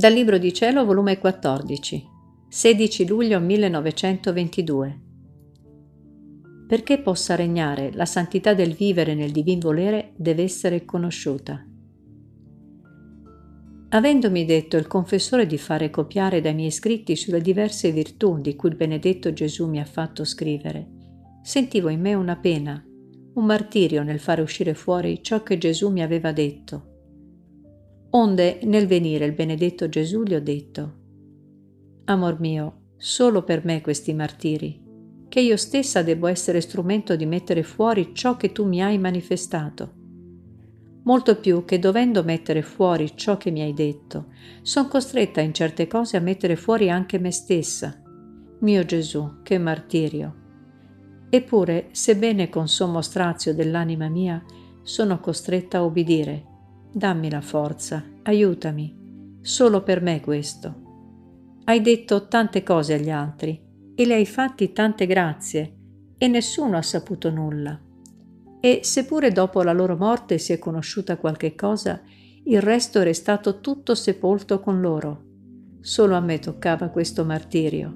Dal Libro di Cielo, volume 14, 16 luglio 1922. Perché possa regnare, la santità del vivere nel divin volere deve essere conosciuta. Avendomi detto il confessore di fare copiare dai miei scritti sulle diverse virtù di cui il benedetto Gesù mi ha fatto scrivere, sentivo in me una pena, un martirio nel fare uscire fuori ciò che Gesù mi aveva detto. Onde nel venire il benedetto Gesù gli ho detto: Amor mio, solo per me questi martiri, che io stessa debbo essere strumento di mettere fuori ciò che tu mi hai manifestato. Molto più che dovendo mettere fuori ciò che mi hai detto, son costretta in certe cose a mettere fuori anche me stessa. Mio Gesù, che martirio! Eppure, sebbene con sommo strazio dell'anima mia, sono costretta a obbedire. Dammi la forza, aiutami, solo per me questo. Hai detto tante cose agli altri e le hai fatti tante grazie e nessuno ha saputo nulla. E seppure dopo la loro morte si è conosciuta qualche cosa, il resto è restato tutto sepolto con loro. Solo a me toccava questo martirio.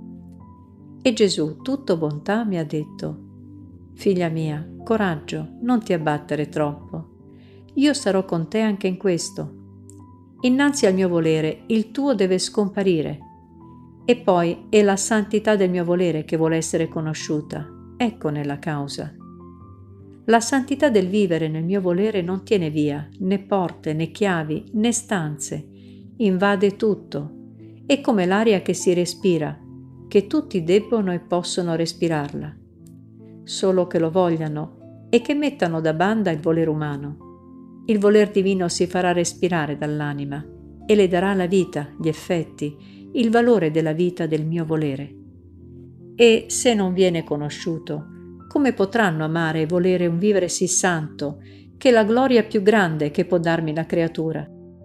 E Gesù, tutto bontà, mi ha detto: Figlia mia, coraggio, non ti abbattere troppo. Io sarò con te anche in questo. Innanzi al mio volere, il tuo deve scomparire. E poi è la santità del mio volere che vuole essere conosciuta. Eccone la causa. La santità del vivere nel mio volere non tiene via, né porte, né chiavi, né stanze. Invade tutto. È come l'aria che si respira, che tutti debbono e possono respirarla. Solo che lo vogliano e che mettano da banda il volere umano. Il voler divino si farà respirare dall'anima e le darà la vita, gli effetti, il valore della vita del mio volere. E se non viene conosciuto, come potranno amare e volere un vivere sì santo, che è la gloria più grande che può darmi la creatura?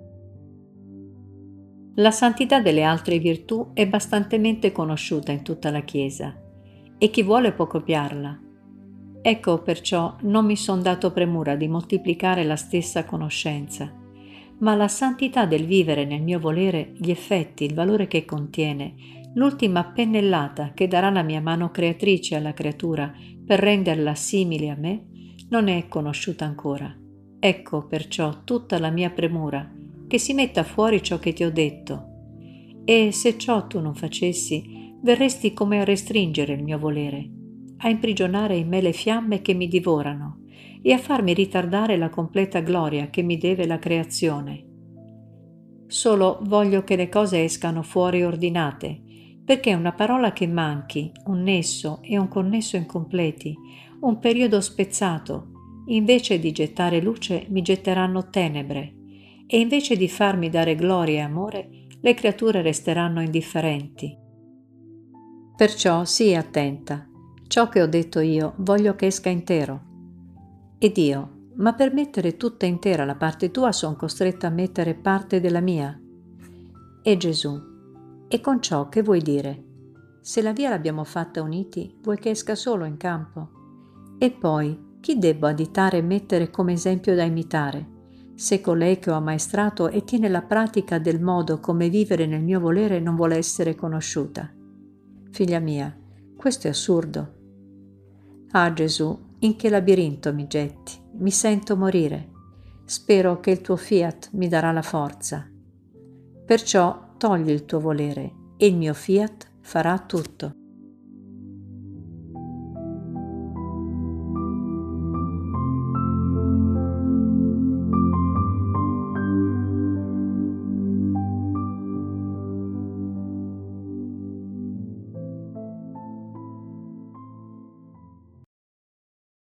La santità delle altre virtù è bastantemente conosciuta in tutta la Chiesa e chi vuole può copiarla. Ecco perciò non mi son dato premura di moltiplicare la stessa conoscenza, ma la santità del vivere nel mio volere, gli effetti, il valore che contiene, l'ultima pennellata che darà la mia mano creatrice alla creatura per renderla simile a me, non è conosciuta ancora. Ecco perciò tutta la mia premura, che si metta fuori ciò che ti ho detto. E se ciò tu non facessi, verresti come a restringere il mio volere, a imprigionare in me le fiamme che mi divorano e a farmi ritardare la completa gloria che mi deve la creazione. Solo voglio che le cose escano fuori ordinate, perché una parola che manchi, un nesso e un connesso incompleti, un periodo spezzato, invece di gettare luce mi getteranno tenebre, e invece di farmi dare gloria e amore, le creature resteranno indifferenti. Perciò sii attenta. Ciò che ho detto io voglio che esca intero. Ed io, ma per mettere tutta intera la parte tua son costretta a mettere parte della mia. E Gesù, e con ciò che vuoi dire? Se la via l'abbiamo fatta uniti, vuoi che esca solo in campo? E poi, chi debbo additare e mettere come esempio da imitare? Se colei che ho ammaestrato e tiene la pratica del modo come vivere nel mio volere non vuole essere conosciuta. Figlia mia, questo è assurdo. Ah Gesù, in che labirinto mi getti? Mi sento morire. Spero che il tuo fiat mi darà la forza. Perciò togli il tuo volere e il mio fiat farà tutto.